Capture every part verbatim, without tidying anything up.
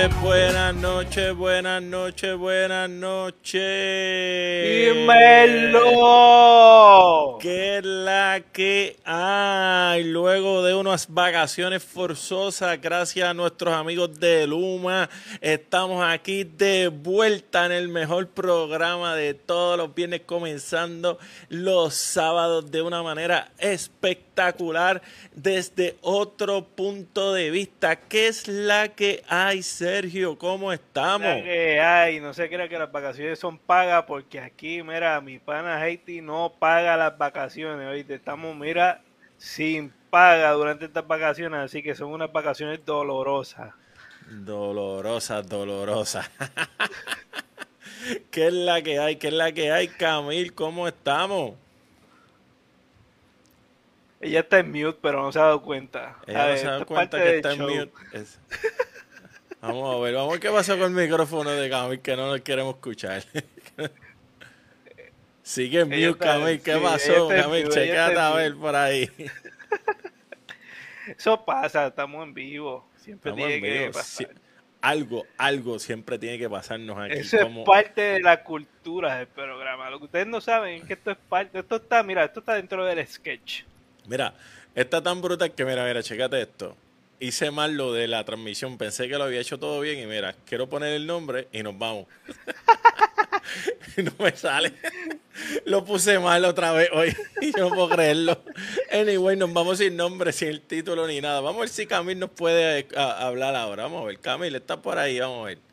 noches, buenas noches, buenas noches, buenas noches. ¡Dímelo! ¿Qué es la que hay? Luego de unas vacaciones forzosas, gracias a nuestros amigos de Luma, estamos aquí de vuelta en el mejor programa de todos los viernes, comenzando los sábados de una manera espectacular desde otro punto de vista. ¿Qué es la que hay, Sergio? ¿Cómo estamos? La que hay, no se crea que las vacaciones son pagas, porque aquí, mira, mi pana Haiti no paga las vacaciones, ¿oíste? Estamos, mira, sin paga durante estas vacaciones, así que son unas vacaciones dolorosas. Dolorosa, dolorosa. ¿Qué es la que hay? ¿Qué es la que hay, Camil? ¿Cómo estamos? Ella está en mute, pero no se ha dado cuenta. Ella A no ver, se da esto es cuenta parte que del está en show. mute. Es- Vamos a ver, vamos a ver qué pasó con el micrófono de Camil, que no lo queremos escuchar. Sigue en Ella mute, está, Camil. ¿Qué sí, ella pasó, está en Camil? mute, ella está Chequéate en a mute. ver por ahí. Eso pasa, estamos en vivo. Siempre Estamos en tiene que vivo. Sí, pasar. algo, algo siempre tiene que pasarnos aquí. Eso es Como, parte de la cultura del programa. Lo que ustedes no saben es que esto es parte, esto está, mira, esto está dentro del sketch. mira, está tan brutal que, mira, mira, chécate esto. Hice mal lo de la transmisión, pensé que lo había hecho todo bien y mira, quiero poner el nombre y nos vamos. Y no me sale. Lo puse mal otra vez hoy y yo no puedo creerlo. Anyway, nos vamos sin nombre, sin el título ni nada. Vamos a ver si Camil nos puede eh, a- hablar ahora. Vamos a ver, Camil está por ahí, vamos a ver.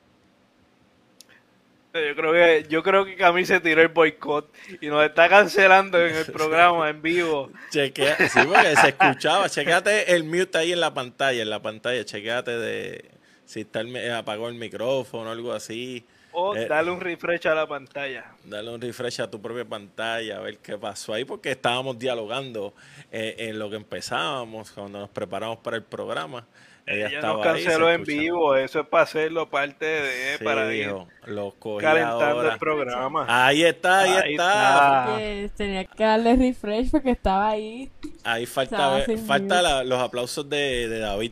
Yo creo que, yo creo que Camil se tiró el boicot y nos está cancelando en el programa en vivo. Chequea, sí, porque se escuchaba. Chequéate el mute ahí en la pantalla, en la pantalla. Chequéate de si está el, mi- apagó el micrófono o algo así. O Eh, dale un refresh a la pantalla. Dale un refresh a tu propia pantalla, a ver qué pasó ahí, porque estábamos dialogando eh, en lo que empezábamos, cuando nos preparamos para el programa. Ella Ella nos estaba ahí, se canceló en escucha. vivo, eso es para hacerlo parte de, Sí, para ir hijo, lo cogí calentando el ahora. programa. Ahí está, ahí Ahí está. está. Que tenía que darle refresh porque estaba ahí. Ahí falta, Estaba ver- sin falta mute. la- los aplausos de, de David.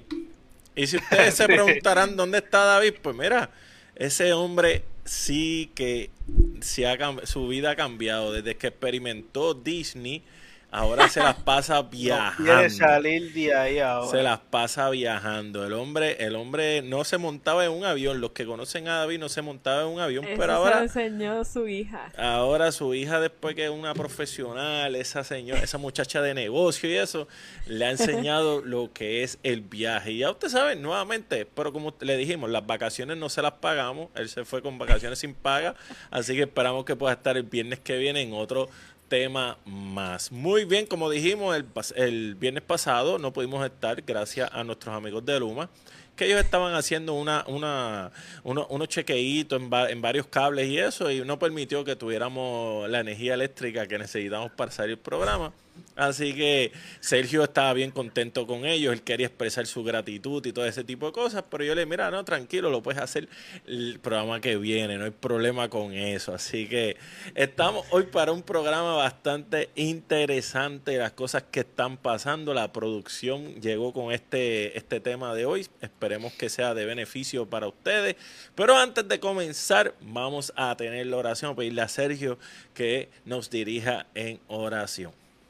Y si ustedes se Sí. preguntarán dónde está David, pues mira, ese hombre sí que sí ha cam- su vida ha cambiado. Desde que experimentó Disney, ahora se las pasa No quiere viajando. salir de ahí Se ahora. las pasa viajando. El hombre, el hombre no se montaba en un avión. Los que conocen a David no se montaba en un avión, Eso pero se lo ahora, enseñó su hija. ahora su hija, después que es una profesional, esa señora, esa muchacha de negocio y eso, le ha enseñado lo que es el viaje. Y ya usted sabe, nuevamente, pero como le dijimos, las vacaciones no se las pagamos. Él se fue con vacaciones sin paga, así que esperamos que pueda estar el viernes que viene en otro tema más. Muy bien, como dijimos el, pas- el viernes pasado, no pudimos estar gracias a nuestros amigos de Luma, que ellos estaban haciendo una, una, uno- unos chequeitos en, va- en varios cables y eso, y no permitió que tuviéramos la energía eléctrica que necesitamos para salir el programa. Así que Sergio estaba bien contento con ellos, él quería expresar su gratitud y todo ese tipo de cosas, pero yo le dije, mira, no, tranquilo, lo puedes hacer el programa que viene, no hay problema con eso. Así que estamos hoy para un programa bastante interesante, las cosas que están pasando, la producción llegó con este, este tema de hoy, esperemos que sea de beneficio para ustedes, pero antes de comenzar vamos a tener la oración, pedirle a Sergio que nos dirija en oración.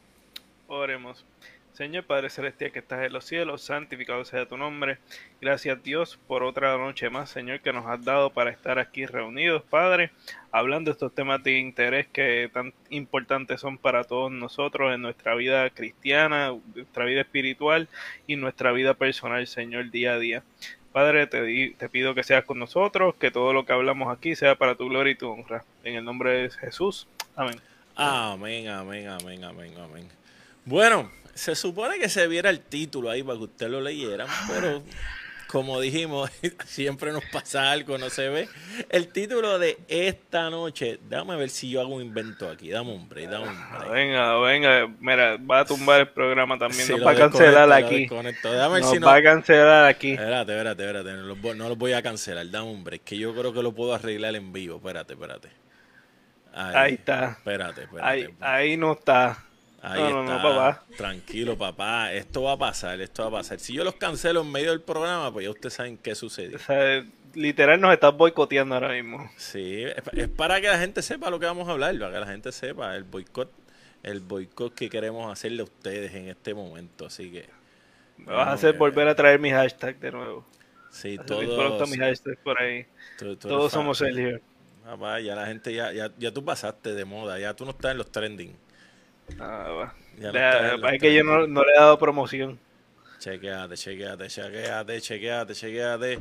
Oremos. Señor Padre Celestial que estás en los cielos, santificado sea tu nombre. Gracias Dios por otra noche más, Señor, que nos has dado para estar aquí reunidos, Padre, hablando de estos temas de interés que tan importantes son para todos nosotros en nuestra vida cristiana, nuestra vida espiritual y nuestra vida personal, Señor, día a día. Padre, te, di- te pido que seas con nosotros, que todo lo que hablamos aquí sea para tu gloria y tu honra. En el nombre de Jesús. Amén. Amén, amén, amén, amén, amén. Bueno, se supone que se viera el título ahí para que usted lo leyera, pero como dijimos, siempre nos pasa algo, no se ve. El título de esta noche, déjame ver si yo hago un invento aquí, dame un break, dame un break. Venga, venga, mira, va a tumbar el programa también, Sí, nos lo va a cancelar desconecto, lo aquí. desconecto. Déjame ver Nos si no... va a cancelar aquí. Espérate, espérate, espérate, no los, voy, no los voy a cancelar, dame un break, que yo creo que lo puedo arreglar en vivo, espérate, espérate. Ahí, Ahí está. espérate, espérate. Ahí, ahí no está. Ahí No, no, está. no, papá. Tranquilo, papá. Esto va a pasar, esto va a pasar. Si yo los cancelo en medio del programa, pues ya ustedes saben qué sucedió. O sea, literal nos estás boicoteando ahora mismo. Sí, es, es para que la gente sepa lo que vamos a hablar, para que la gente sepa el boicot, el boicot que queremos hacerle a ustedes en este momento. Así que, Me vas a bueno, hacer eh, volver a traer mi hashtag de nuevo. sí, Hacer pronto todos, mis hashtags por ahí. tú, tú eres Todos fan. somos Sergio. Papá, ya la gente, ya, ya, ya tú pasaste de moda, ya tú no estás en los trending. Ah, va. Ya no Deja- estás en los es que yo no, trending. no le he dado promoción. Chequeate, chequeate, chequeate, chequeate, chequeate.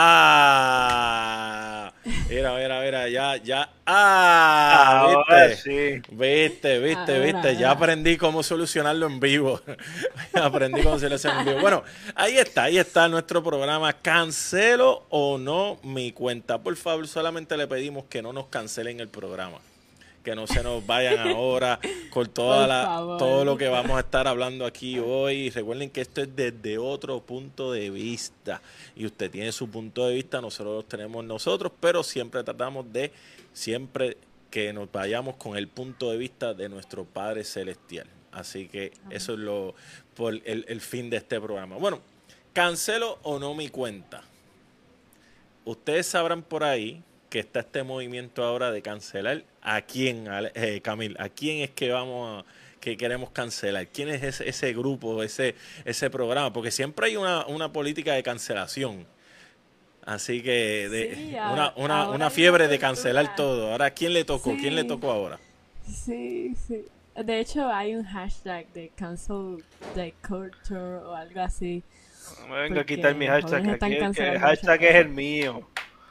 ¡Ah! Mira, mira, mira, ya, ya. ¡Ah! Ahora ¿Viste? sí. Viste, viste, Ahora, viste. Ya ahora. aprendí cómo solucionarlo en vivo. Aprendí cómo solucionarlo en vivo. Bueno, ahí está, ahí está nuestro programa. ¿Cancelo o no mi cuenta? Por favor, solamente le pedimos que no nos cancelen el programa. Que no se nos vayan ahora con toda Por la, favor. todo lo que vamos a estar hablando aquí hoy. Recuerden que esto es desde otro punto de vista. Y usted tiene su punto de vista, nosotros lo tenemos nosotros, pero siempre tratamos de, siempre que nos vayamos con el punto de vista de nuestro Padre Celestial. Así que eso es lo por el, el fin de este programa. Bueno, ¿cancelo o no mi cuenta? Ustedes sabrán por ahí que está este movimiento ahora de cancelar. ¿A quién, Ale- eh, Camil? ¿A quién es que vamos a, que queremos cancelar? ¿Quién es ese, ese grupo, ese, ese programa? Porque siempre hay una, una política de cancelación. Así que de, Sí, una, a- una, ahora una hay fiebre una de cancelar cultura. todo. Ahora, ¿a quién le tocó? ¿Quién le Sí, tocó ahora? sí, sí. De hecho, hay un hashtag de cancel the culture o algo así. No me venga a quitar Porque mi los hashtag. jóvenes están Aquí el, que el cancelando muchas hashtag es cosas. el mío.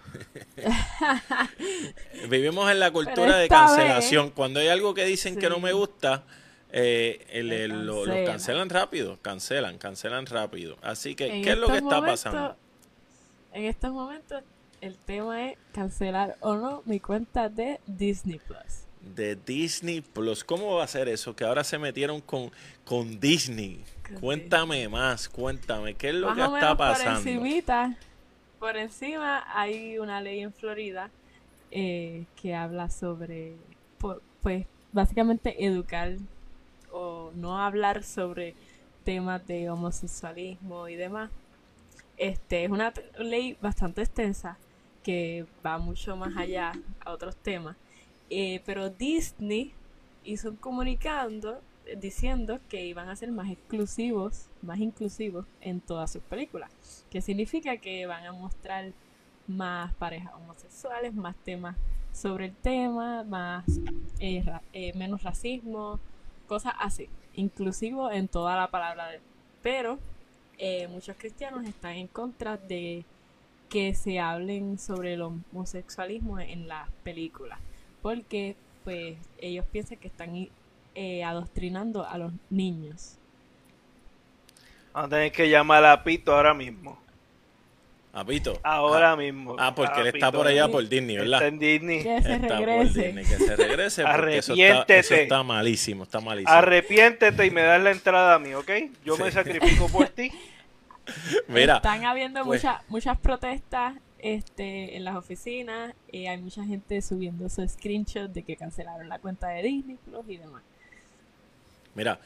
Vivimos en la Pero cultura de esta vez, cancelación. Cuando hay algo que dicen que no me sí, gusta, eh, el- lo el- lo- los cancelan. cancelan rápido. Cancelan, cancelan rápido. Así que, En ¿qué es lo que estos está pasando? momentos, en estos momentos, el tema es cancelar o no mi cuenta de Disney Plus. De Disney Plus. ¿Cómo va a ser eso? Que ahora se metieron con, con Disney. Con Cuéntame Disney. más, cuéntame, ¿qué es lo Más que o está menos por pasando? encimita, por encima hay una ley en Florida eh, que habla sobre, po- pues, básicamente educar o no hablar sobre temas de homosexualismo y demás. Este es una t- ley bastante extensa que va mucho más allá a otros temas. Eh, pero Disney hizo un comunicando eh, diciendo que iban a ser más exclusivos, más inclusivos en todas sus películas. Que significa que van a mostrar más parejas homosexuales, más temas sobre el tema, más eh, ra- eh, menos racismo, cosas así. Inclusivo en toda la palabra de. Pero eh, muchos cristianos están en contra de que se hablen sobre el homosexualismo en las películas, porque pues ellos piensan que están eh, adoctrinando a los niños. Vamos a tener que llamar a Pito ahora mismo. Apito. Ahora Ah, mismo. ah, porque él A está Pito, por allá eh. por Disney, Está ¿verdad? en Disney. Que se Está por regrese. Disney, que se regrese porque eso está, eso Arrepiéntete. está malísimo, está malísimo. Arrepiéntete y me das la entrada a mí, ¿ok? Yo Sí. me sacrifico por ti. Mira, Están habiendo pues- muchas muchas protestas este, en las oficinas. Y hay mucha gente subiendo sus screenshots de que cancelaron la cuenta de Disney Plus y demás. Mira,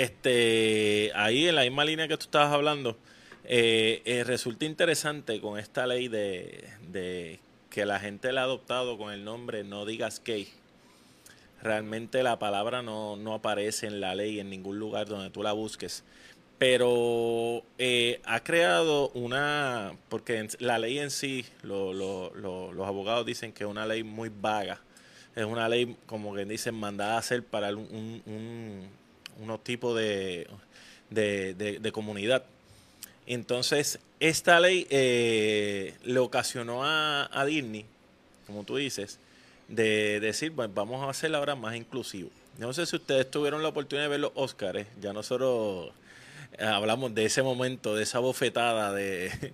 este, ahí en la misma línea que tú estabas hablando, eh, eh, resulta interesante con esta ley de, de que la gente la ha adoptado con el nombre No Digas Gay. Realmente la palabra no, no aparece en la ley en ningún lugar donde tú la busques. Pero eh, ha creado una, porque en- la ley en sí, lo- lo- lo- los abogados dicen que es una ley muy vaga. Es una ley, como que dicen, mandada a hacer para un, un- un- unos tipos de, de, de- de comunidad. Entonces, esta ley eh, le ocasionó a, a Disney, como tú dices, de decir, pues vamos a hacerla ahora más inclusivo. No sé si ustedes tuvieron la oportunidad de ver los Óscares, ya nosotros eh, hablamos de ese momento, de esa bofetada de...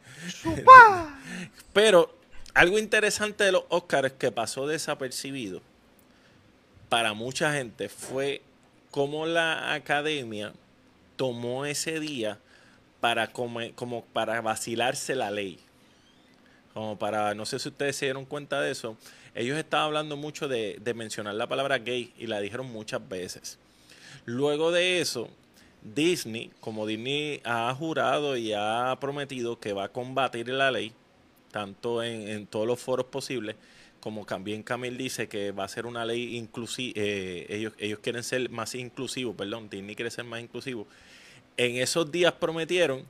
Pero algo interesante de los Óscares que pasó desapercibido para mucha gente fue cómo la academia tomó ese día para como, como para vacilarse la ley. Como para, no sé si ustedes se dieron cuenta de eso, ellos estaban hablando mucho de, de mencionar la palabra gay y la dijeron muchas veces. Luego de eso, Disney, como Disney ha jurado y ha prometido que va a combatir la ley, tanto en, en todos los foros posibles, como también Camil dice que va a ser una ley inclusiva, eh, ellos, ellos quieren ser más inclusivos, perdón, Disney quiere ser más inclusivo. En esos días prometieron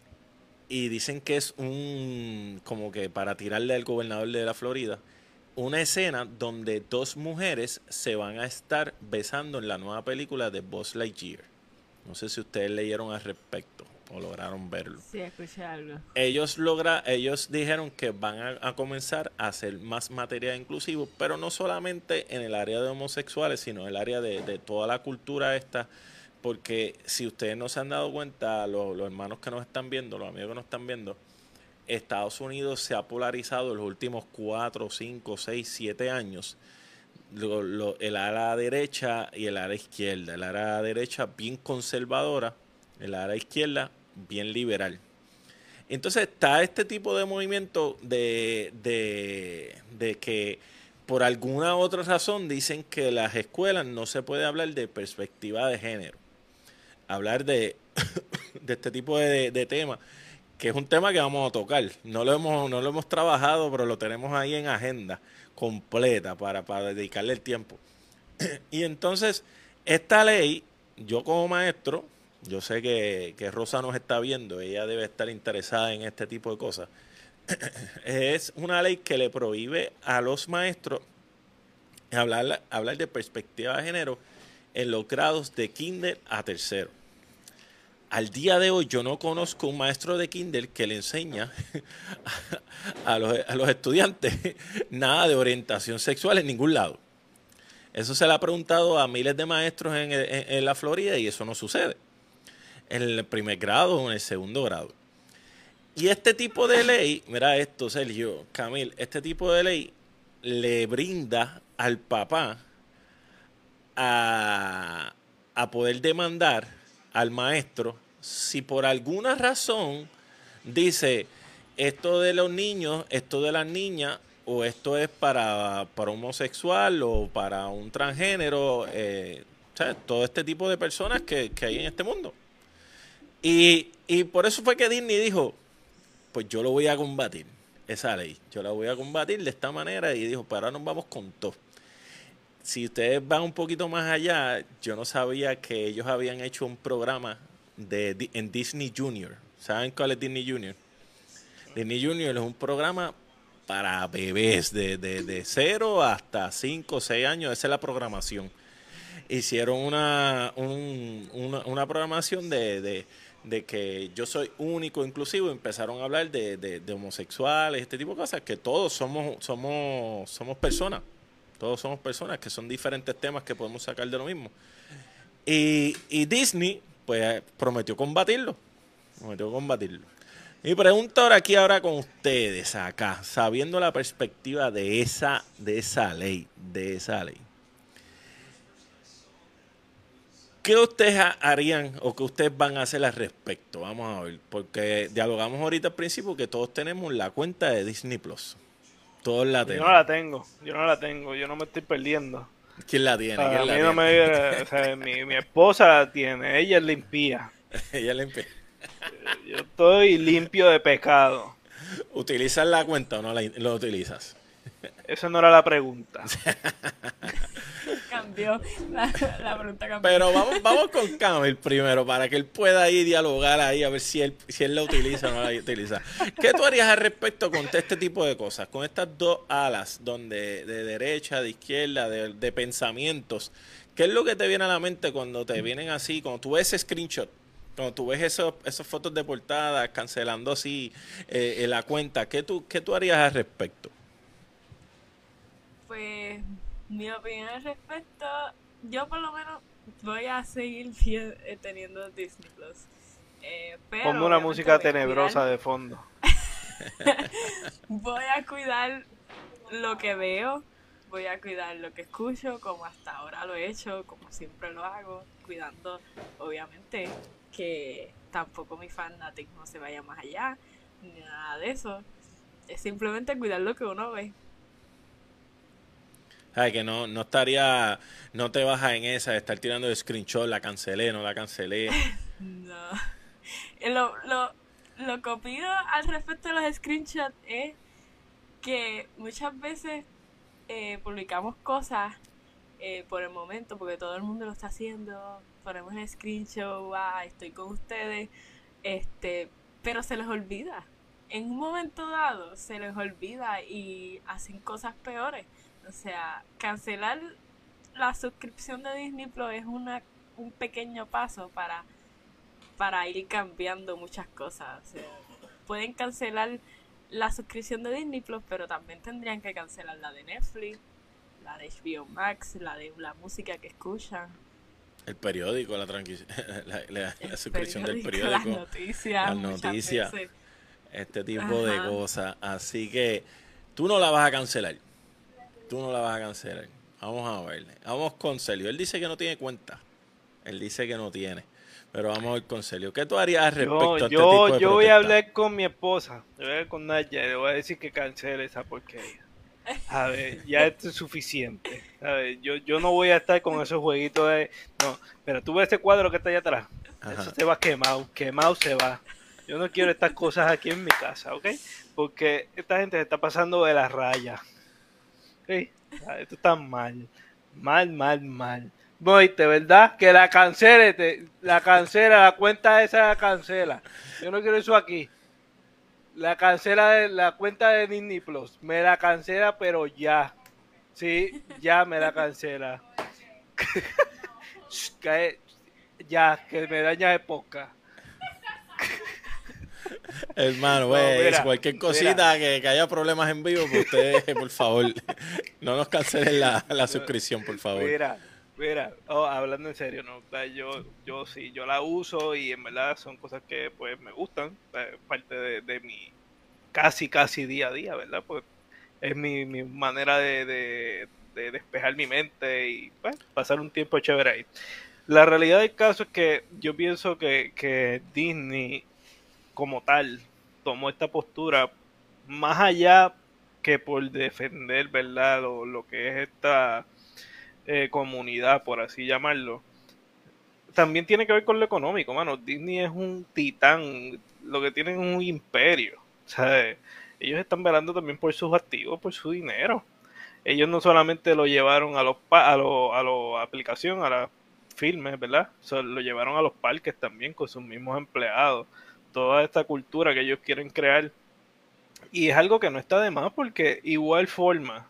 y dicen que es un, como que para tirarle al gobernador de la Florida, una escena donde dos mujeres se van a estar besando en la nueva película de Buzz Lightyear. No sé si ustedes leyeron al respecto o lograron verlo. Sí, escuché algo. Ellos logra, ellos dijeron que van a, a comenzar a hacer más material inclusivo, pero no solamente en el área de homosexuales, sino en el área de, de toda la cultura esta, porque si ustedes no se han dado cuenta, los, los hermanos que nos están viendo, los amigos que nos están viendo, Estados Unidos se ha polarizado en los últimos cuatro, cinco, seis, siete años. Lo, lo, el ala derecha y el ala izquierda. El ala derecha bien conservadora, el ala izquierda bien liberal. Entonces está este tipo de movimiento de, de, de que por alguna otra razón dicen que las escuelas no se puede hablar de perspectiva de género. Hablar de, de este tipo de, de temas, que es un tema que vamos a tocar. No lo hemos, no lo hemos trabajado, pero lo tenemos ahí en agenda completa para, para dedicarle el tiempo. Y entonces, esta ley, yo como maestro, yo sé que, que Rosa nos está viendo, ella debe estar interesada en este tipo de cosas. Es una ley que le prohíbe a los maestros hablar, hablar de perspectiva de género en los grados de kinder a tercero. Al día de hoy yo no conozco un maestro de kinder que le enseña a, a, los, a los estudiantes nada de orientación sexual en ningún lado. Eso se le ha preguntado a miles de maestros en, en, en la Florida y eso no sucede. En el primer grado o en el segundo grado. Y este tipo de ley, mira esto, Sergio, Camil, este tipo de ley le brinda al papá a, a poder demandar al maestro si por alguna razón dice esto de los niños, esto de las niñas, o esto es para, para homosexual o para un transgénero, eh, ¿sabes? Todo este tipo de personas que, que hay en este mundo. Y, y por eso fue que Disney dijo, pues yo lo voy a combatir, esa ley, yo la voy a combatir de esta manera, y dijo, para ahora nos vamos con todo. Si ustedes van un poquito más allá, yo no sabía que ellos habían hecho un programa de, en Disney Junior. ¿Saben cuál es Disney Junior? Disney Junior es un programa para bebés de, de, de cero hasta cinco o seis años. Esa es la programación. Hicieron una, un, una, una programación de, de, de que yo soy único, inclusivo. Empezaron a hablar de, de, de homosexuales, este tipo de cosas, que todos somos, somos, somos personas. Todos somos personas, que son diferentes temas que podemos sacar de lo mismo. Y, y Disney, pues, prometió combatirlo. Prometió combatirlo. Mi pregunta ahora aquí, ahora con ustedes acá, sabiendo la perspectiva de esa, de esa ley, de esa ley. ¿Qué ustedes harían o qué ustedes van a hacer al respecto? Vamos a ver, porque dialogamos ahorita al principio que todos tenemos la cuenta de Disney Plus. Todos la Yo tenemos. no la tengo, yo no la tengo, yo no me estoy perdiendo. ¿Quién la tiene? O sea, ¿Quién a la mí no tiene? me, o sea, mi, mi esposa la tiene, ella es limpia. Ella le empe- Yo estoy limpio de pecado. ¿Utilizas la cuenta o no la lo utilizas? Esa no era la pregunta. Cambió. La, la pregunta cambió. Pero vamos, vamos con Camil primero, para que él pueda ahí dialogar ahí, a ver si él, si él la utiliza o no la utiliza. ¿Qué tú harías al respecto con este tipo de cosas? Con estas dos alas, donde de derecha, de izquierda, de, de pensamientos. ¿Qué es lo que te viene a la mente cuando te vienen así, cuando tú ves ese screenshot? Cuando tú ves esos, esas fotos de portada cancelando así eh, en la cuenta, ¿qué tú, qué tú harías al respecto? Pues mi opinión al respecto, yo por lo menos voy a seguir vi- eh, teniendo Disney Plus. Eh, pero Ponme una obviamente música voy a tenebrosa cuidar- de fondo. Voy a cuidar lo que veo, voy a cuidar lo que escucho, como hasta ahora lo he hecho, como siempre lo hago, cuidando obviamente que tampoco mi fanatismo se vaya más allá, ni nada de eso. Es simplemente cuidar lo que uno ve. sea, que no, no estaría, no te bajas en esa de estar tirando el screenshot, la cancelé, no la cancelé. No. Lo, lo, lo que opino al respecto de los screenshots es que muchas veces eh, publicamos cosas eh, por el momento, porque todo el mundo lo está haciendo, ponemos el screenshot, ah, estoy con ustedes, este, pero se les olvida. En un momento dado se les olvida y hacen cosas peores. O sea, cancelar la suscripción de Disney Plus es una, un pequeño paso para, para ir cambiando muchas cosas. O sea, pueden cancelar la suscripción de Disney Plus, pero también tendrían que cancelar la de Netflix, la de H B O Max, la de la música que escuchan. El periódico, la, la, la, la suscripción del periódico. Las noticias. Las noticias. Veces. Este tipo Ajá. de cosas. Así que tú no la vas a cancelar. Tú no la vas a cancelar. Vamos a ver. Vamos con Celio. Él dice que no tiene cuenta. Él dice que no tiene. Pero vamos a ver con Celio. ¿Qué tú harías al respecto Yo, a este yo, tipo de yo voy a protesta? hablar con mi esposa. Yo voy a hablar con Nadia y le voy a decir que cancele esa porquería. A ver, ya esto es suficiente. A ver, yo, yo no voy a estar con esos jueguitos de... No, pero tú ves ese cuadro que está allá atrás. Ajá. Eso se va quemado. Quemado se va. Yo no quiero estas cosas aquí en mi casa, ¿ok? Porque esta gente se está pasando de la raya. ¿Ok? Esto está mal. Mal, mal, mal. Moite, ¿verdad? Que la cancele, te, la cancela, la cuenta esa la cancela. Yo no quiero eso aquí. La cancela de la cuenta de Disney Plus. Me la cancela, pero ya. Sí, ya me la cancela. Ya, que me daña de poca. Hermano, No, pues, mira, cualquier cosita mira. que, que haya problemas en vivo, pues ustedes, por favor, no nos cancelen la, la suscripción, por favor. Mira, mira, oh, hablando en serio, no, yo, yo sí, yo la uso y en verdad son cosas que pues me gustan, eh, parte de, de mi casi, casi día a día, ¿verdad? Pues es mi, mi manera de, de, de despejar mi mente y pues, pasar un tiempo chévere ahí. La realidad del caso es que yo pienso que, que Disney como tal tomó esta postura más allá que por defender, ¿verdad? Lo, lo que es esta eh, comunidad, por así llamarlo. También tiene que ver con lo económico, mano. Disney es un titán, lo que tienen es un imperio. O sea, ellos están velando también por sus activos, por su dinero. Ellos no solamente lo llevaron a los a lo, a la aplicación, a las filmes, ¿verdad? O sea, lo llevaron a los parques también con sus mismos empleados. Toda esta cultura que ellos quieren crear. Y es algo que no está de más porque igual forma,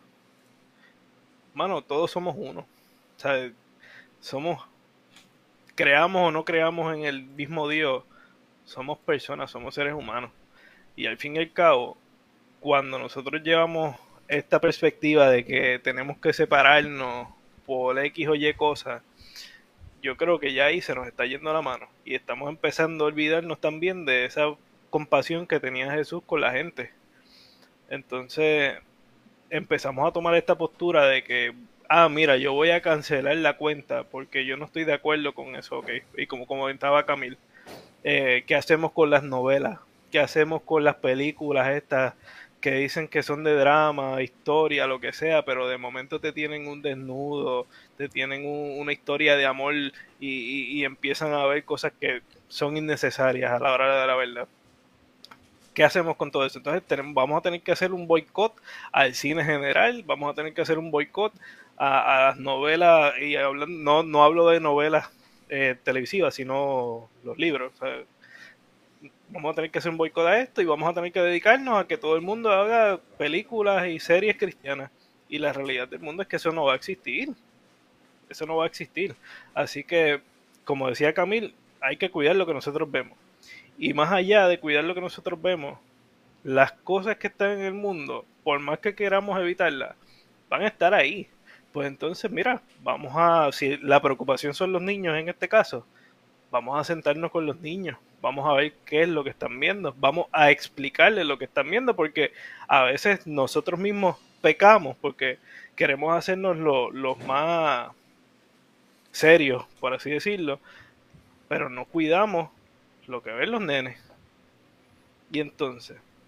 mano, todos somos uno. O sea, somos, creamos o no creamos en el mismo Dios, somos personas, somos seres humanos. Y al fin y al cabo, cuando nosotros llevamos esta perspectiva de que tenemos que separarnos por X o Y cosas, yo creo que ya ahí se nos está yendo la mano. Y estamos empezando a olvidarnos también de esa compasión que tenía Jesús con la gente. Entonces empezamos a tomar esta postura de que, ah, mira, yo voy a cancelar la cuenta porque yo no estoy de acuerdo con eso, ok. Y como comentaba Camil, eh, ¿qué hacemos con las novelas? ¿Qué hacemos con las películas estas que dicen que son de drama, historia, lo que sea, pero de momento te tienen un desnudo, te tienen un, una historia de amor y, y, y empiezan a ver cosas que son innecesarias a la hora de la verdad? ¿Qué hacemos con todo eso? Entonces tenemos, vamos a tener que hacer un boicot al cine general, vamos a tener que hacer un boicot a, a las novelas, y hablando, no, no hablo de novelas eh, televisivas, sino los libros. O sea, vamos a tener que hacer un boicot a esto y vamos a tener que dedicarnos a que todo el mundo haga películas y series cristianas. Y la realidad del mundo es que eso no va a existir. Eso no va a existir. Así que, como decía Camil, hay que cuidar lo que nosotros vemos. Y más allá de cuidar lo que nosotros vemos, las cosas que están en el mundo, por más que queramos evitarlas, van a estar ahí. Pues entonces, mira, vamos a, si la preocupación son los niños en este caso, vamos a sentarnos con los niños, vamos a ver qué es lo que están viendo, vamos a explicarles lo que están viendo, porque a veces nosotros mismos pecamos porque queremos hacernos lo, los más serios, por así decirlo, pero no cuidamos lo que ven los nenes. Y entonces,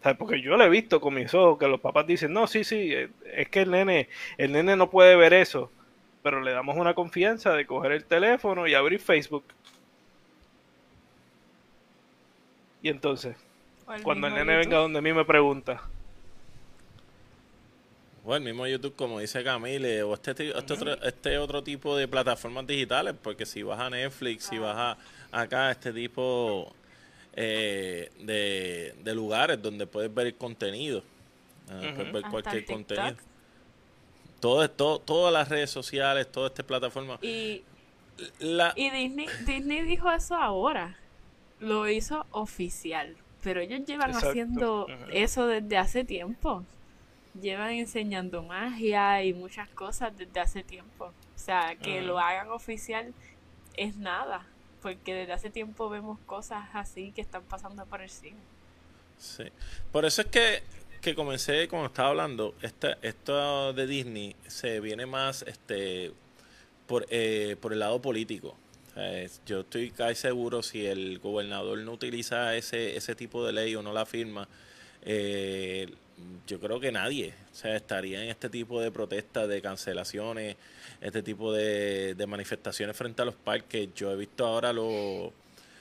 ¿Sabes? Porque yo lo he visto con mis ojos, que los papás dicen, no, sí, sí, eh, es que el nene, el nene no puede ver eso. Pero le damos una confianza de coger el teléfono y abrir Facebook. Y entonces, O el cuando el mismo nene venga YouTube. donde mí me pregunta, O el mismo YouTube, como dice Camille, o este, ti- este, otro, este otro tipo de plataformas digitales, porque si vas a Netflix, si vas a acá, este tipo eh, de, de lugares donde puedes ver el contenido, ah, puedes ujú, ver Hasta el cualquier contenido. TikTok. Todo, todo, todas las redes sociales, toda esta plataforma. Y, La, y Disney, Disney dijo eso ahora. Lo hizo oficial. Pero ellos llevan exacto. haciendo Ujú, eso desde hace tiempo. Llevan enseñando magia y muchas cosas desde hace tiempo. O sea, que lo ujú. hagan oficial es nada. Porque desde hace tiempo vemos cosas así que están pasando por el cine. sí. Por eso es que, que comencé, como estaba hablando, esta, esto de Disney se viene más este por, eh, por el lado político. O sea, es- yo estoy casi seguro si el gobernador no utiliza ese, ese tipo de ley o no la firma, eh, yo creo que nadie, o sea, estaría en este tipo de protestas, de cancelaciones, este tipo de, de manifestaciones frente a los parques. Yo he visto ahora lo,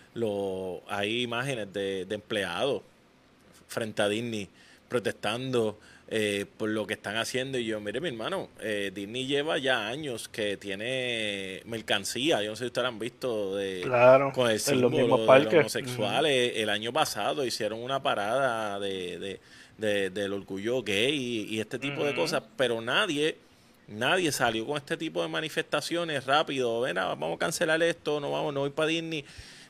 lo, hay imágenes de, de empleados frente a Disney protestando eh, por lo que están haciendo. Y yo, mire mi hermano, eh, Disney lleva ya años que tiene mercancía, yo no sé si ustedes han visto, de, Claro, con el en los mismos símbolo de los parques. Ujú, homosexuales. El año pasado hicieron una parada de, de- de- del orgullo gay y, y este tipo de ujú. cosas, pero nadie... Nadie salió con este tipo de manifestaciones rápido. Ven, vamos a cancelar esto, no vamos, no voy para Disney,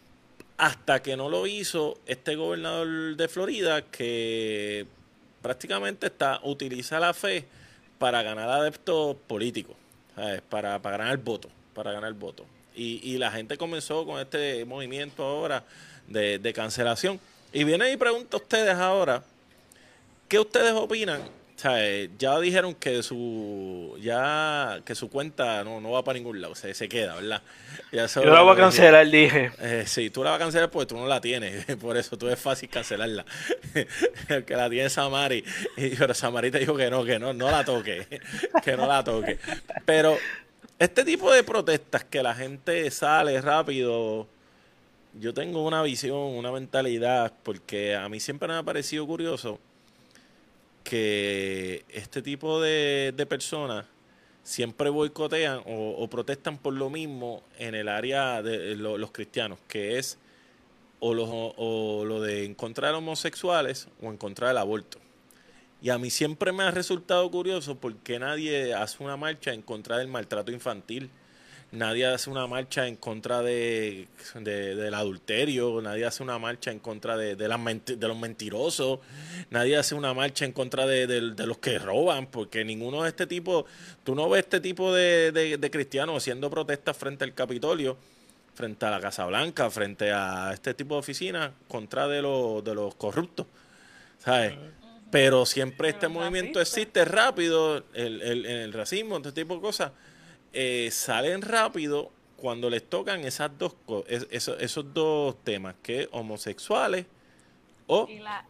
hasta que no lo hizo este gobernador de Florida, que prácticamente está utiliza la fe para ganar adeptos políticos, ¿sabes? Para, para ganar el voto, para ganar el voto. Y, y la gente comenzó con este movimiento ahora de, de cancelación. Y viene y pregunta a ustedes ahora, ¿qué ustedes opinan? O sea, eh, ya dijeron que su ya que su cuenta no, no va para ningún lado, se, se queda, ¿verdad? Ya eso Yo la lo, voy a lo dijeron. cancelar, dije. Eh, sí, tú la vas a cancelar porque tú no la tienes, por eso tú es fácil cancelarla. El que la tiene Samari, y, pero Samari te dijo que no, que no, no la toque, que no la toque. Pero este tipo de protestas que la gente sale rápido, yo tengo una visión, una mentalidad, porque a mí siempre me ha parecido curioso que este tipo de, de personas siempre boicotean o, o protestan por lo mismo en el área de lo- los cristianos, que es o, los, o lo de en contra de los homosexuales o en contra del aborto. Y a mí siempre me ha resultado curioso porque nadie hace una marcha en contra del maltrato infantil. Nadie hace una marcha en contra de, de- del adulterio, nadie hace una marcha en contra de, de, las menti- de los mentirosos, nadie hace una marcha en contra de, de- de los que roban, porque ninguno de este tipo, tú no ves este tipo de, de- de cristianos haciendo protestas frente al Capitolio, frente a la Casa Blanca, frente a este tipo de oficinas, contra de los, de los corruptos, ¿sabes? Ujú. Pero siempre De este los movimiento racistas. existe rápido, el, el, el racismo, este tipo de cosas, eh, salen rápido cuando les tocan esas dos co- es- esos, esos dos temas, que homosexuales o, Y la,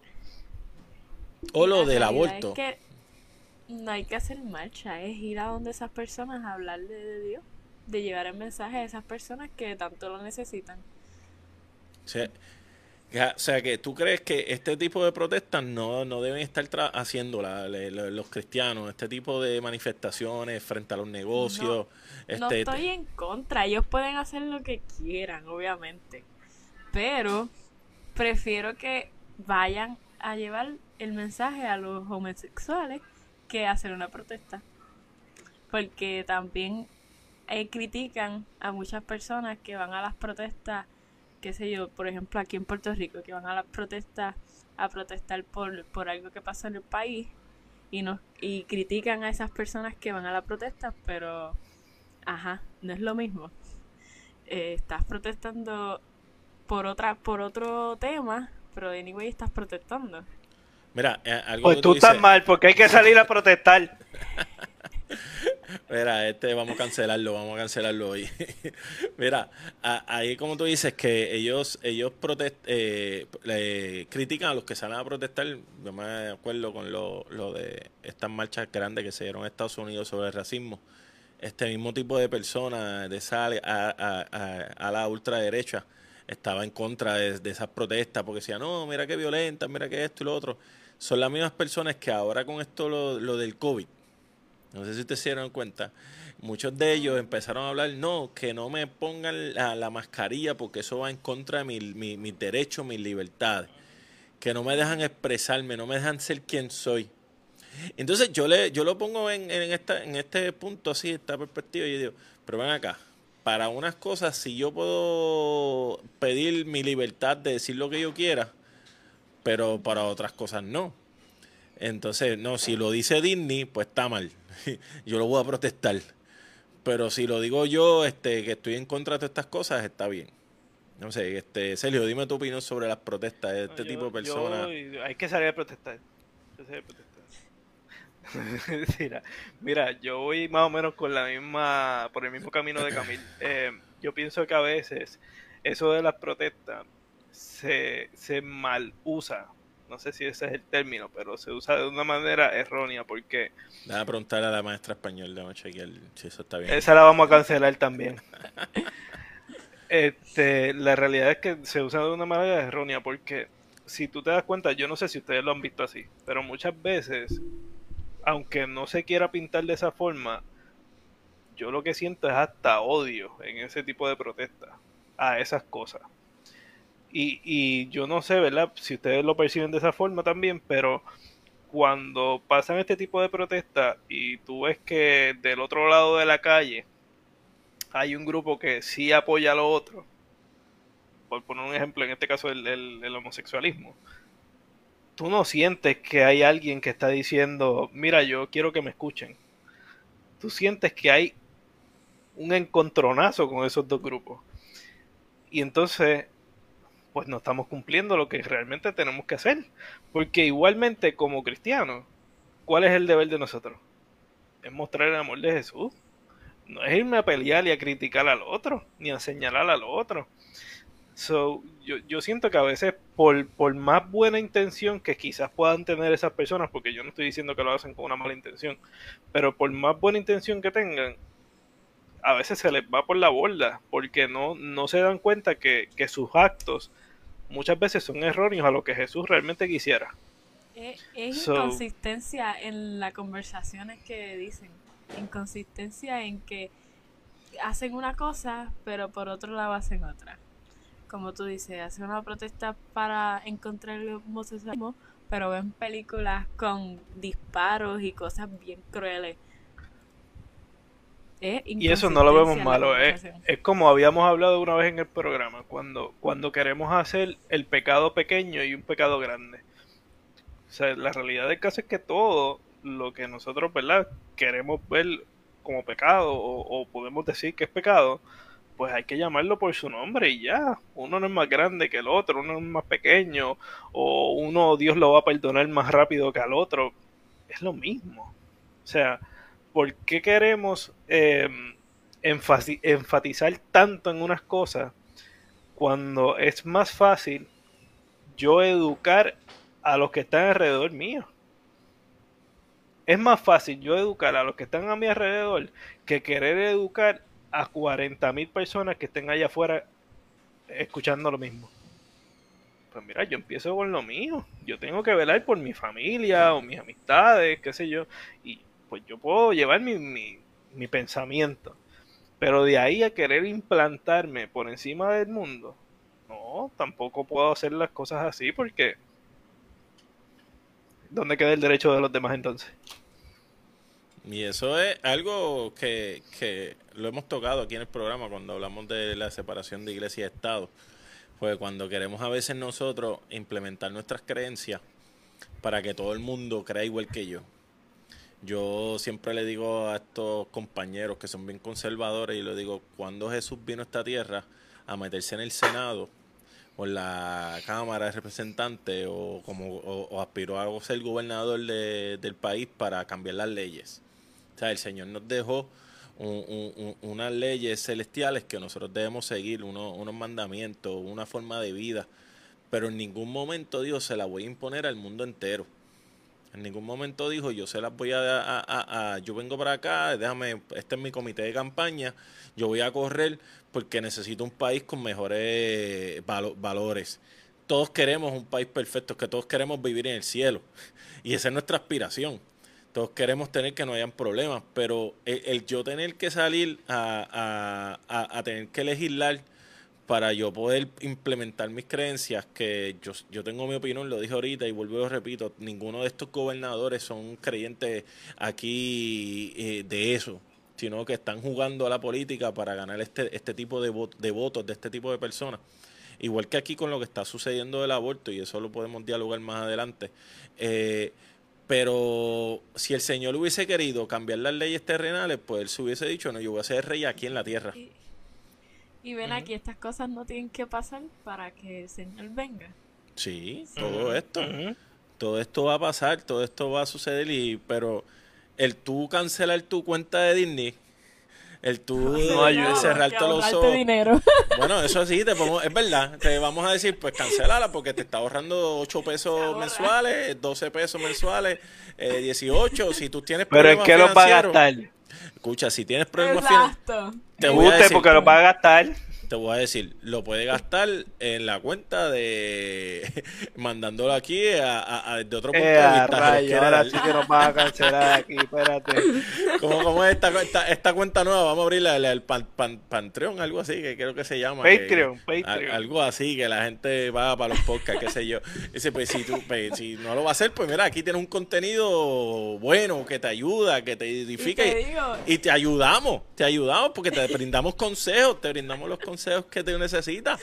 o y lo la del realidad es aborto. que no hay que hacer marcha, es ir a donde esas personas a hablarle de Dios, de llevar el mensaje a esas personas que tanto lo necesitan. O sea, ya- o sea, que tú crees que este tipo de protestas no, no deben estar tra- haciendo la- le- le- los cristianos, este tipo de manifestaciones frente a los No, negocios, no este, te- estoy en contra, ellos pueden hacer lo que quieran, obviamente, pero prefiero que vayan a llevar el mensaje a los homosexuales que hacer una protesta, porque también eh, critican a muchas personas que van a las protestas, qué sé yo, por ejemplo aquí en Puerto Rico, que van a las protestas a protestar por, por algo que pasó en el país y nos y critican a esas personas que van a la protesta, pero ajá, no es lo mismo. Eh, estás protestando por otra por otro tema, pero anyway estás protestando. mira, eh, algo Pues que tú tú estás dices, mal, porque hay que salir a protestar. Mira, este vamos a cancelarlo, vamos a cancelarlo hoy. Mira, a- ahí como tú dices que ellos ellos protest, eh, le critican a los que salen a protestar. Yo me acuerdo con lo, lo de estas marchas grandes que se dieron en Estados Unidos sobre el racismo. Este mismo tipo de personas de esa a, a, a, a la ultraderecha estaba en contra de, de esas protestas porque decía, no, mira qué violenta, mira qué esto y lo otro. Son las mismas personas que ahora con esto lo, lo del COVID, no sé si ustedes se dieron cuenta, muchos de ellos empezaron a hablar, no, que no me pongan la, la mascarilla porque eso va en contra de mi, mi, mis derechos, mis libertades, que no me dejan expresarme, no me dejan ser quien soy. Entonces yo le yo lo pongo en, en, esta, en este punto así, esta perspectiva, y yo digo, pero ven acá, para unas cosas, si yo puedo pedir mi libertad de decir lo que yo quiera, pero para otras cosas no. Entonces, no, si lo dice Disney, pues está mal. Yo lo voy a protestar. Pero si lo digo yo, este, que estoy en contra de todas estas cosas, está bien. No sé, este, Sergio, dime tu opinión sobre las protestas de No, este tipo yo, de yo, personas. hay que salir a protestar. Hay que salir a protestar. mira, mira, yo voy más o menos con la misma, por el mismo camino de Camil. Eh, yo pienso que a veces eso de las protestas se, se mal usa. No sé si ese es el término, pero se usa de una manera errónea porque Déjame preguntarle a la maestra español, déjame chequear si eso está bien. esa la vamos a cancelar también. Este, la realidad es que se usa de una manera errónea porque si tú te das cuenta, yo no sé si ustedes lo han visto así, pero muchas veces, aunque no se quiera pintar de esa forma, yo lo que siento es hasta odio en ese tipo de protestas a esas cosas. Y, y yo no sé, ¿verdad? Si ustedes lo perciben de esa forma también, pero cuando pasan este tipo de protestas y tú ves que del otro lado de la calle hay un grupo que sí apoya a lo otro, por poner un ejemplo, en este caso el, el, el homosexualismo, tú no sientes que hay alguien que está diciendo, mira, yo quiero que me escuchen. Tú sientes que hay un encontronazo con esos dos grupos. Y entonces, pues no estamos cumpliendo lo que realmente tenemos que hacer. Porque igualmente como cristianos, ¿cuál es el deber de nosotros? Es mostrar el amor de Jesús. No es irme a pelear y a criticar al otro, ni a señalar al otro. So, yo, yo siento que a veces por, por más buena intención que quizás puedan tener esas personas, porque yo no estoy diciendo que lo hacen con una mala intención, pero por más buena intención que tengan, a veces se les va por la borda, porque no, no se dan cuenta que, que sus actos muchas veces son erróneos a lo que Jesús realmente quisiera. Es, es So, inconsistencia en las conversaciones que dicen. Inconsistencia en que hacen una cosa, pero por otro lado hacen otra. Como tú dices, hacen una protesta para encontrar el homosexualismo, pero ven películas con disparos y cosas bien crueles. Es y eso no lo vemos inconsistencia en la malo, es, conversación. es como habíamos hablado una vez en el programa, cuando, cuando queremos hacer el pecado pequeño y un pecado grande. O sea, la realidad del caso es que todo lo que nosotros, ¿verdad?, queremos ver como pecado o, o podemos decir que es pecado, pues hay que llamarlo por su nombre y ya. Uno no es más grande que el otro, uno es más pequeño, o uno Dios lo va a perdonar más rápido que al otro. Es lo mismo. O sea, ¿por qué queremos eh, enfasi- enfatizar tanto en unas cosas cuando es más fácil yo educar a los que están alrededor mío? Es más fácil yo educar a los que están a mi alrededor que querer educar a cuarenta mil personas que estén allá afuera escuchando lo mismo. Pues mira, yo empiezo con lo mío. Yo tengo que velar por mi familia o mis amistades, qué sé yo. Y pues yo puedo llevar mi, mi, mi pensamiento. Pero de ahí a querer implantarme por encima del mundo, no, tampoco puedo hacer las cosas así porque ¿dónde queda el derecho de los demás entonces? Y eso es algo que, que lo hemos tocado aquí en el programa cuando hablamos de la separación de iglesia y Estado. Pues cuando queremos a veces nosotros implementar nuestras creencias para que todo el mundo crea igual que yo. Yo siempre le digo a estos compañeros que son bien conservadores y le digo, cuando Jesús vino a esta tierra a meterse en el Senado o en la Cámara de Representantes o como o, o aspiró a ser gobernador de, del país para cambiar las leyes. sea, el Señor nos dejó un, un, un, unas leyes celestiales que nosotros debemos seguir, uno, unos mandamientos, una forma de vida, pero en ningún momento Dios se la voy a imponer al mundo entero. En ningún momento dijo, yo se las voy a, a, a, a yo vengo para acá, déjame, este es mi comité de campaña, yo voy a correr porque necesito un país con mejores valo, valores. Todos queremos un país perfecto, que todos queremos vivir en el cielo. Y esa es nuestra aspiración. Todos queremos tener que no hayan problemas, pero el, el yo tener que salir a, a, a, a tener que legislar para yo poder implementar mis creencias, que yo, yo tengo mi opinión, lo dije ahorita y vuelvo y lo repito, ninguno de estos gobernadores son creyentes aquí eh, de eso, sino que están jugando a la política para ganar este, este tipo de, vot de votos de este tipo de personas. Igual que aquí con lo que está sucediendo del aborto, y eso lo podemos dialogar más adelante. Eh, pero si el Señor hubiese querido cambiar las leyes terrenales, pues él se hubiese dicho, no, yo voy a ser rey aquí en la tierra. Y, y ven, uh-huh, aquí, estas cosas no tienen que pasar para que el Señor venga. Sí, todo esto. Uh-huh. Todo esto va a pasar, todo esto va a suceder, y pero el tú cancelar tu cuenta de Disney, el tú no, ayuda, cerrar todos los ojos. Dinero. Bueno, eso sí, te pongo, es verdad, te vamos a decir, pues cancelala porque te está ahorrando ocho pesos mensuales, doce pesos mensuales, eh, dieciocho, si tú tienes problemas financieros. Pero es que lo va a gastar. Escucha, si tienes problemas financieros, te voy a decir, porque lo va a gastar. Te voy a decir, lo puede gastar en la cuenta de mandándolo aquí a, a, a de otro punto eh, de vista. Rayo, ahora sí que nos vas a cancelar aquí, espérate. ¿Cómo, cómo es esta, esta, esta cuenta nueva? Vamos a abrirla, el, el pan, pan, Patreon, algo así, que creo que se llama. Patreon, que, Patreon. A, algo así, que la gente va para los podcasts, qué sé yo. Dice, pues si, tú, pues, si no lo va a hacer, pues mira, aquí tienes un contenido bueno, que te ayuda, que te edifica. Y, te, y, y te ayudamos, te ayudamos porque te brindamos consejos, te brindamos los consejos que te necesitas.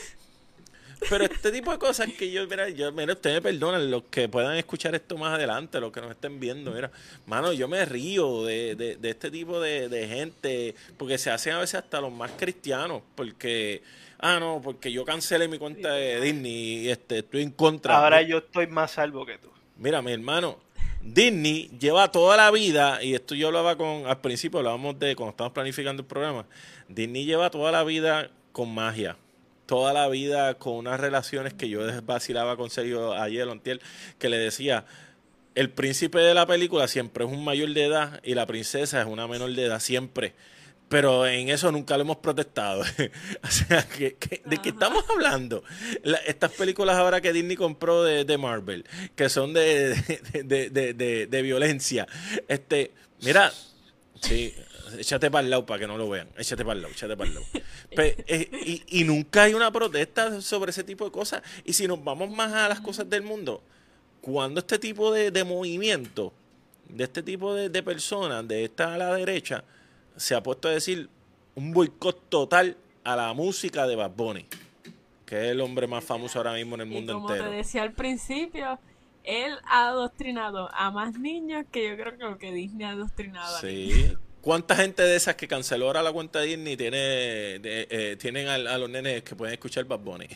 Pero este tipo de cosas que yo, mira, yo, mira, ustedes me perdonan, los que puedan escuchar esto más adelante, los que nos estén viendo, mira, mano, yo me río de, de, de este tipo de, de gente, porque se hacen a veces hasta los más cristianos, porque, ah, no, porque yo cancelé mi cuenta de Disney y este, estoy en contra. Ahora yo estoy más salvo que tú. Mira, mi hermano, Disney lleva toda la vida, y esto yo hablaba con, al principio hablábamos de, cuando estábamos planificando el programa, Disney lleva toda la vida con magia, toda la vida con unas relaciones que yo vacilaba con Sergio ayer o antier, que le decía, el príncipe de la película siempre es un mayor de edad y la princesa es una menor de edad, siempre. Pero en eso nunca lo hemos protestado. O sea, que, que, ¿de qué estamos hablando? La, estas películas ahora que Disney compró de, de Marvel, que son de, de, de, de, de, de violencia. Este, mira, sí, échate para el lado para que no lo vean. Échate para el lado, échate para el lado. Pe, eh, y, y nunca hay una protesta sobre ese tipo de cosas. Y si nos vamos más a las cosas del mundo, cuando este tipo de, de movimiento, de este tipo de, de personas, de esta a la derecha, se ha puesto a decir un boicot total a la música de Bad Bunny, que es el hombre más famoso ahora mismo en el mundo y como entero. Como te decía al principio, él ha adoctrinado a más niños que yo creo que lo que Disney ha adoctrinado sí. a niños. ¿Cuánta gente de esas que canceló ahora la cuenta de Disney tiene, de, eh, tienen a, a los nenes que pueden escuchar Bad Bunny?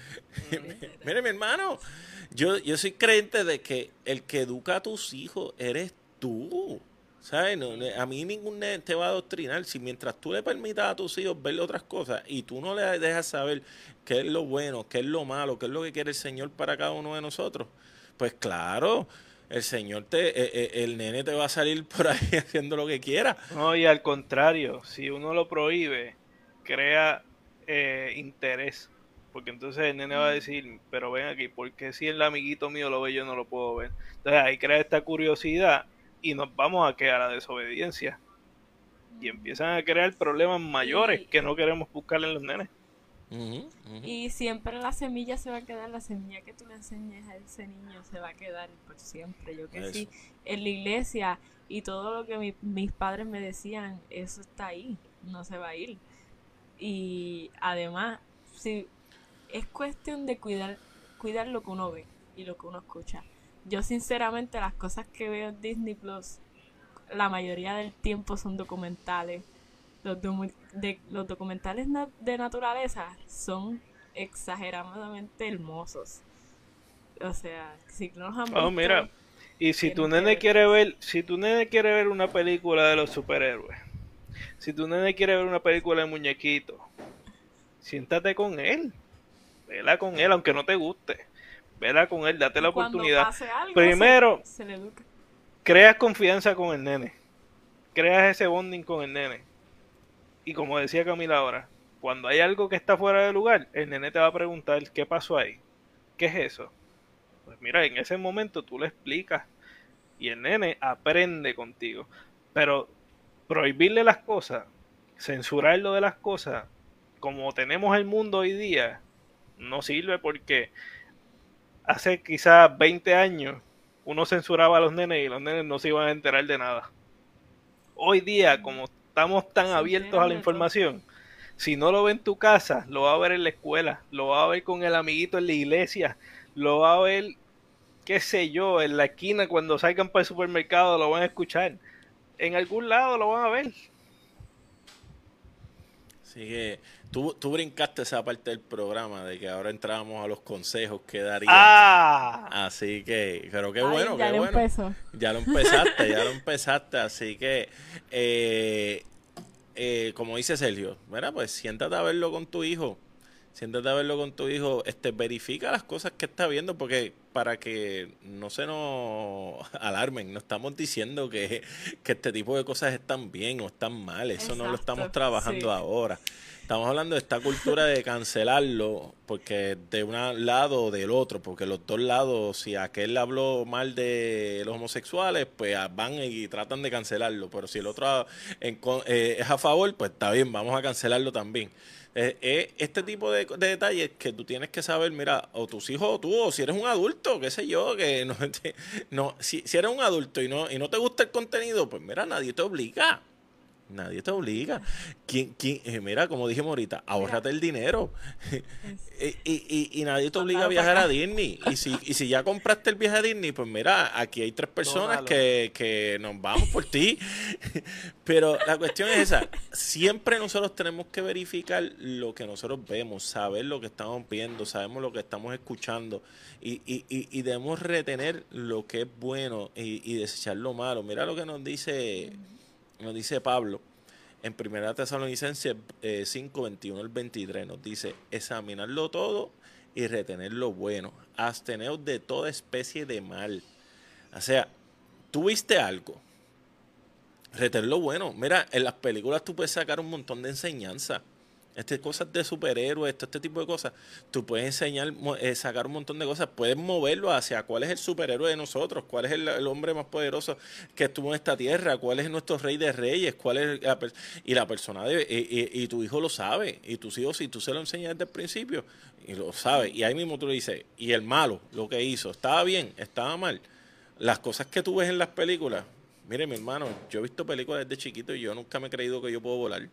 Mire, mi hermano, yo, yo soy creyente de que el que educa a tus hijos eres tú. ¿Sabes? No, a mí ningún nene te va a adoctrinar. Si mientras tú le permitas a tus hijos ver otras cosas y tú no le dejas saber qué es lo bueno, qué es lo malo, qué es lo que quiere el Señor para cada uno de nosotros, pues claro, el Señor, te, eh, el nene te va a salir por ahí haciendo lo que quiera. No, y al contrario, si uno lo prohíbe, crea eh, interés. Porque entonces el nene va a decir, pero ven aquí, ¿por qué si el amiguito mío lo ve yo no lo puedo ver? Entonces ahí crea esta curiosidad. Y nos vamos a quedar a la desobediencia. Y empiezan a crear problemas mayores y, que no queremos buscarle en los nenes. Uh-huh, uh-huh. Y siempre la semilla se va a quedar, la semilla que tú le enseñes a ese niño se va a quedar por siempre. Yo que eso. Sí, en la iglesia y todo lo que mi, mis padres me decían, eso está ahí, no se va a ir. Y además, sí, es cuestión de cuidar, cuidar lo que uno ve y lo que uno escucha. Yo sinceramente las cosas que veo en Disney Plus, la mayoría del tiempo son documentales. Los, do de, los documentales na de naturaleza son exageradamente hermosos. O sea, si no los han visto... Oh, mira, Y si tu Tienen que nene ver quiere eso. ver, si tu nene quiere ver una película de los superhéroes, si tu nene quiere ver una película de muñequitos, siéntate con él, vela con él, aunque no te guste, vela con él, date Y la cuando oportunidad. pase algo, se, Primero, se le educa. creas confianza con el nene, creas ese bonding con el nene. Y como decía Camila ahora, cuando hay algo que está fuera de lugar, el nene te va a preguntar, ¿qué pasó ahí? ¿Qué es eso? Pues mira, en ese momento tú le explicas y el nene aprende contigo. Pero prohibirle las cosas, censurarlo de las cosas, como tenemos el mundo hoy día, no sirve porque hace quizás veinte años uno censuraba a los nenes y los nenes no se iban a enterar de nada. Hoy día, como estamos tan Se abiertos a enteran la de todo. información, si no lo ve en tu casa, lo va a ver en la escuela, lo va a ver con el amiguito en la iglesia, lo va a ver, qué sé yo, en la esquina cuando salgan para el supermercado, lo van a escuchar. En algún lado lo van a ver. Así que tú, tú brincaste esa parte del programa de que ahora entrábamos a los consejos que darían. ¡Ah! Así que, pero qué Ay, bueno, ya qué le bueno. empezó. Ya lo empezaste, ya lo empezaste. Así que, eh, eh, como dice Sergio, mira, pues siéntate a verlo con tu hijo. Siéntate a verlo con tu hijo. Este, verifica las cosas que está viendo, porque para que no se nos alarmen, no estamos diciendo que, que este tipo de cosas están bien o están mal. Eso no lo estamos Exacto, trabajando sí. ahora. Estamos hablando de esta cultura de cancelarlo, porque de un lado o del otro, porque los dos lados, si aquel habló mal de los homosexuales, pues ah, van y tratan de cancelarlo, pero si el otro en con- eh, es a favor, pues está bien, vamos a cancelarlo también. Eh, eh, este tipo de, de detalles que tú tienes que saber, mira, o tus hijos o tú, o si eres un adulto, qué sé yo, que no, te- no si, si eres un adulto y no, y no te gusta el contenido, pues mira, nadie te obliga. Nadie te obliga. ¿Quién, quién, eh, mira, como dijimos ahorita, Mira, ahórrate el dinero. es, Y, y, y, y nadie te obliga a mándalo para viajar a acá. Disney. Y si, y si ya compraste el viaje a Disney, pues mira, aquí hay tres personas Dónalo. que, que nos vamos por ti. Pero la cuestión es esa. Siempre nosotros tenemos que verificar lo que nosotros vemos, saber lo que estamos viendo, sabemos lo que estamos escuchando. Y, y, y, y debemos retener lo que es bueno y, y desechar lo malo. Mira lo que nos dice, nos dice Pablo. En Primera Tesalonicenses eh, cinco, veintiuno al veintitrés nos dice, examinarlo todo y retener lo bueno, absteneos de toda especie de mal. O sea, tú viste algo, retener lo bueno. Mira, en las películas tú puedes sacar un montón de enseñanza. Este, cosas de superhéroes, todo este tipo de cosas. Tú puedes enseñar, mo- eh, sacar un montón de cosas. Puedes moverlo hacia cuál es el superhéroe de nosotros, cuál es el, el hombre más poderoso que estuvo en esta tierra, cuál es nuestro rey de reyes, cuál es la per- y la persona de, y, y- y tu hijo lo sabe. Y tus hijos, si tú se lo enseñas desde el principio, y lo sabe. Y ahí mismo tú le dices, y el malo, lo que hizo, ¿estaba bien? ¿Estaba mal? Las cosas que tú ves en las películas. Mire, mi hermano, yo he visto películas desde chiquito y yo nunca me he creído que yo puedo volar.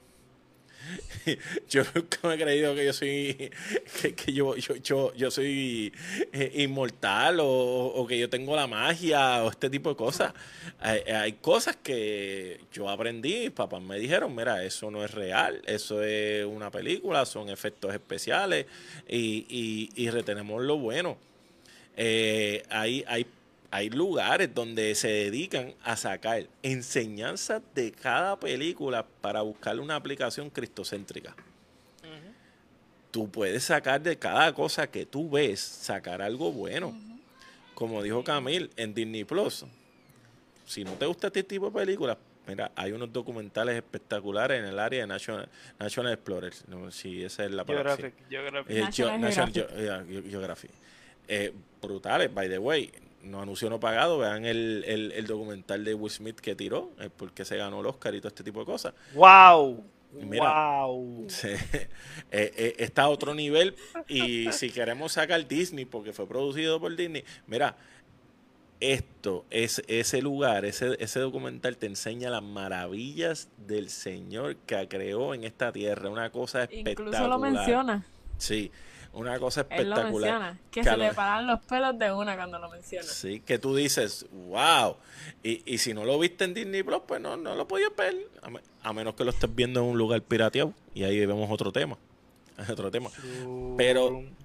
Yo nunca me he creído que yo soy que, que yo, yo, yo, yo soy eh, inmortal o, o que yo tengo la magia o este tipo de cosas. Hay, hay cosas que yo aprendí, mis papás me dijeron, mira, eso no es real, eso es una película, son efectos especiales y, y, y retenemos lo bueno. Eh, hay, hay, hay lugares donde se dedican a sacar enseñanzas de cada película para buscarle una aplicación cristocéntrica. Ujú. Tú puedes sacar de cada cosa que tú ves, sacar algo bueno. Como dijo Sí. Camil en Disney Plus, si no te gusta este tipo de películas, mira, hay unos documentales espectaculares en el área de National, National Explorer. No, si esa es la palabra. Sí. Geographic, Geographic. Eh, Geo- National National Geographic. Geo- eh, Geography. Eh, brutales, by the way. No anunció no pagado. Vean el, el, el documental de Will Smith que tiró, el por qué se ganó el Oscar y todo este tipo de cosas. ¡Wow! Y mira, ¡Wow! se- eh, eh, está a otro nivel. Y si queremos sacar Disney, porque fue producido por Disney, mira, esto, es, ese lugar, ese, ese documental te enseña las maravillas del Señor que creó en esta tierra. Una cosa Incluso lo espectacular. menciona. Sí, una cosa Él lo espectacular. menciona. Que Que a se lo- le paran los pelos de una cuando lo menciona. sí, que tú dices, wow. Y, y si no lo viste en Disney Plus, pues no, no lo podías ver. A, me- a menos que lo estés viendo en un lugar pirateado. Y ahí vemos otro tema. Otro tema. Pero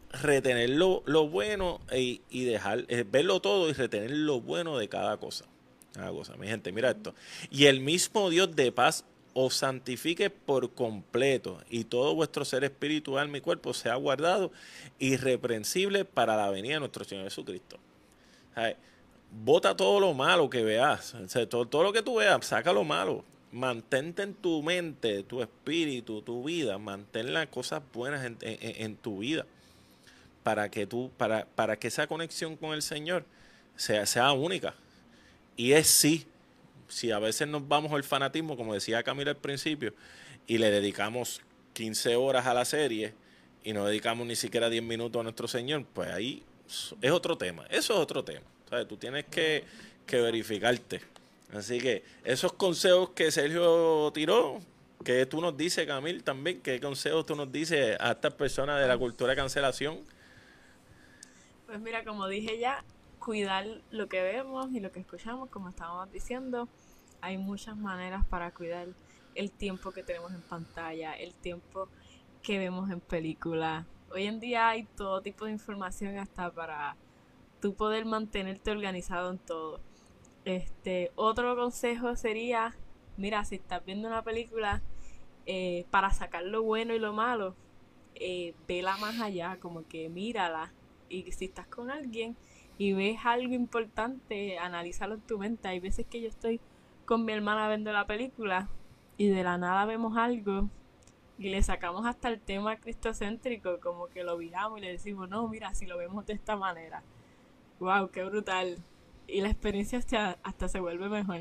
retener lo, lo bueno y, y dejar, eh, verlo todo y retener lo bueno de cada cosa. Cada cosa, mi gente, mira esto. Y el mismo Dios de paz os santifique por completo, y todo vuestro ser espiritual, mi cuerpo, sea guardado irreprensible para la venida de nuestro Señor Jesucristo. ¿Sabes? Bota todo lo malo que veas, o sea, todo, todo lo que tú veas, saca lo malo. Mantente en tu mente, tu espíritu, tu vida, mantén las cosas buenas en, en, en tu vida, para que tú, para, para que esa conexión con el Señor sea, sea única. Y es sí, si a veces nos vamos al fanatismo, como decía Camila al principio, y le dedicamos quince horas a la serie y no dedicamos ni siquiera diez minutos a nuestro Señor, pues ahí es otro tema. Eso es otro tema. ¿Sabes? Tú tienes que, que verificarte. Así que esos consejos que Sergio tiró, que tú nos dices, Camil, también, ¿qué consejos tú nos dices a estas personas de la cultura de cancelación? Pues mira, como dije ya, cuidar lo que vemos y lo que escuchamos, como estábamos diciendo. Hay muchas maneras para cuidar el tiempo que tenemos en pantalla, el tiempo que vemos en películas. Hoy en día hay todo tipo de información hasta para tú poder mantenerte organizado en todo. Este, otro consejo sería, mira, si estás viendo una película, eh, para sacar lo bueno y lo malo, eh, vela más allá, como que mírala. Y si estás con alguien y ves algo importante, analízalo en tu mente. Hay veces que yo estoy con mi hermana viendo la película y de la nada vemos algo y le sacamos hasta el tema cristocéntrico, como que lo viramos y le decimos, no, mira, si lo vemos de esta manera, wow, qué brutal. Y la experiencia hasta, hasta se vuelve mejor.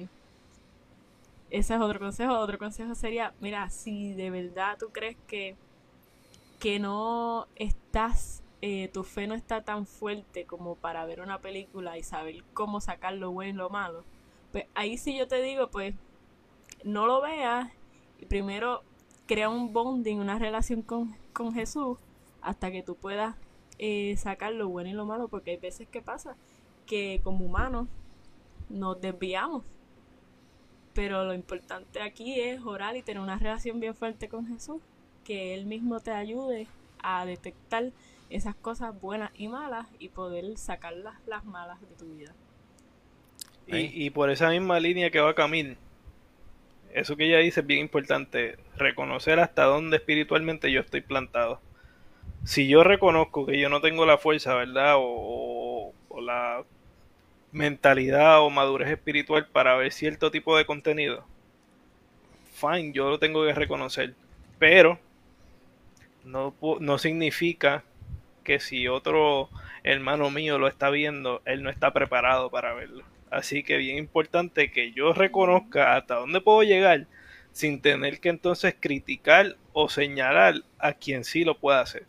Ese es otro consejo. Otro consejo sería, mira, si de verdad tú crees que, que no estás, eh, tu fe no está tan fuerte como para ver una película y saber cómo sacar lo bueno y lo malo, pues ahí sí yo te digo, pues no lo veas y primero crea un bonding, una relación con, con Jesús, hasta que tú puedas eh, sacar lo bueno y lo malo, porque hay veces que pasa que como humanos nos desviamos, pero lo importante aquí es orar y tener una relación bien fuerte con Jesús, que Él mismo te ayude a detectar esas cosas buenas y malas y poder sacar las, las malas de tu vida. Y, y por esa misma línea que va Camil, eso que ella dice es bien importante, reconocer hasta dónde espiritualmente yo estoy plantado. Si yo reconozco que yo no tengo la fuerza, ¿verdad? O, o, o la mentalidad o madurez espiritual para ver cierto tipo de contenido, fine, yo lo tengo que reconocer. Pero no, no significa que si otro hermano mío lo está viendo, él no está preparado para verlo. Así que bien importante que yo reconozca hasta dónde puedo llegar sin tener que entonces criticar o señalar a quien sí lo pueda hacer.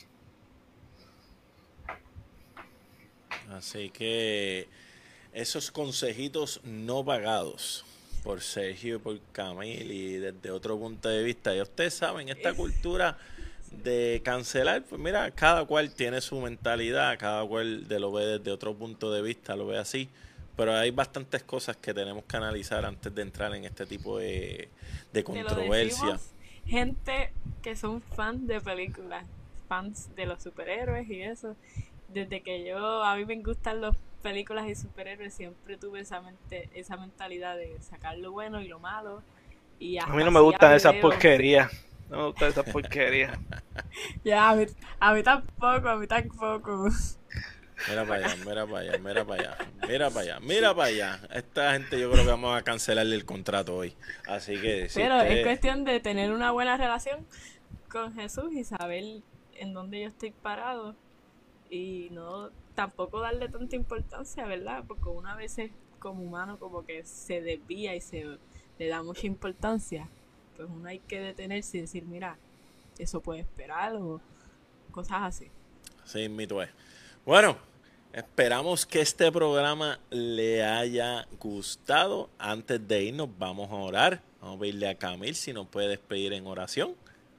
Así que esos consejitos no pagados por Sergio y por Camil, y desde otro punto de vista, ya ustedes saben, esta cultura de cancelar, pues mira, cada cual tiene su mentalidad, cada cual de lo ve desde otro punto de vista, lo ve así, pero hay bastantes cosas que tenemos que analizar antes de entrar en este tipo de, de controversia. Gente que son fans de películas, fans de los superhéroes y eso. Desde que yo, a mí me gustan las películas y superhéroes, siempre tuve esa mente, esa mentalidad de sacar lo bueno y lo malo. Y a mí no me gustan esas porquerías. No me gustan esas porquerías. Ya, a mí, a mí tampoco, a mí tampoco. Mira para allá, mira para allá, mira para allá, mira para allá, mira para allá. Esta gente yo creo que vamos a cancelarle el contrato hoy. Así que si Pero usted... es cuestión de tener una buena relación con Jesús y saber en dónde yo estoy parado. Y no tampoco darle tanta importancia, ¿verdad? Porque una vez como humano como que se desvía y se le da mucha importancia. Pues uno hay que detenerse y decir, mira, eso puede esperar o cosas así. Sí, mito es. Bueno, esperamos que este programa le haya gustado. Antes de irnos vamos a orar. Vamos a pedirle a Camil si nos puede despedir en oración.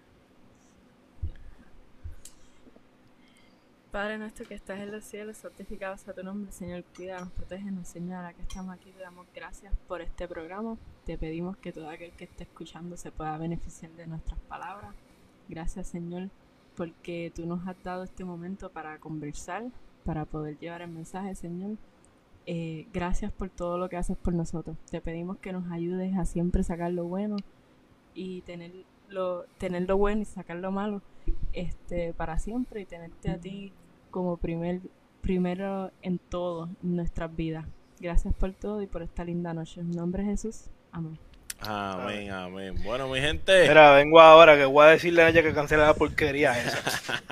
Padre nuestro que estás en los cielos, santificado sea tu nombre, Señor, cuídanos, protégenos, Señor, ahora que estamos aquí te damos gracias por este programa, te pedimos que todo aquel que esté escuchando se pueda beneficiar de nuestras palabras. Gracias, Señor, porque tú nos has dado este momento para conversar, para poder llevar el mensaje, Señor. Eh, gracias por todo lo que haces por nosotros. Te pedimos que nos ayudes a siempre sacar lo bueno y tener lo, tener lo bueno y sacar lo malo este, para siempre, y tenerte a ti como primer, primero en todo en nuestras vidas. Gracias por todo y por esta linda noche. En nombre de Jesús. Amén. Amén, amén. Bueno, mi gente. Mira, vengo ahora que voy a decirle a ella que cancele la porquería esa.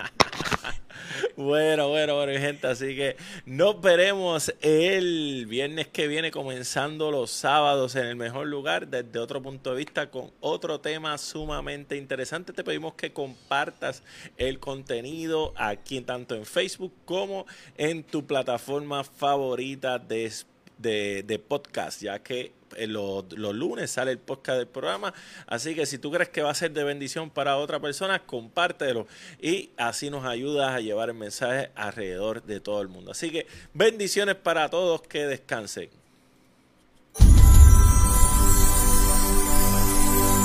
Bueno, bueno, bueno, mi gente, así que nos veremos el viernes que viene, comenzando los sábados en el mejor lugar, desde otro punto de vista, con otro tema sumamente interesante. Te pedimos que compartas el contenido aquí, tanto en Facebook como en tu plataforma favorita de, de, de podcast, ya que Los, los lunes sale el podcast del programa, así que si tú crees que va a ser de bendición para otra persona, compártelo y así nos ayudas a llevar el mensaje alrededor de todo el mundo. Así que bendiciones para todos, que descansen.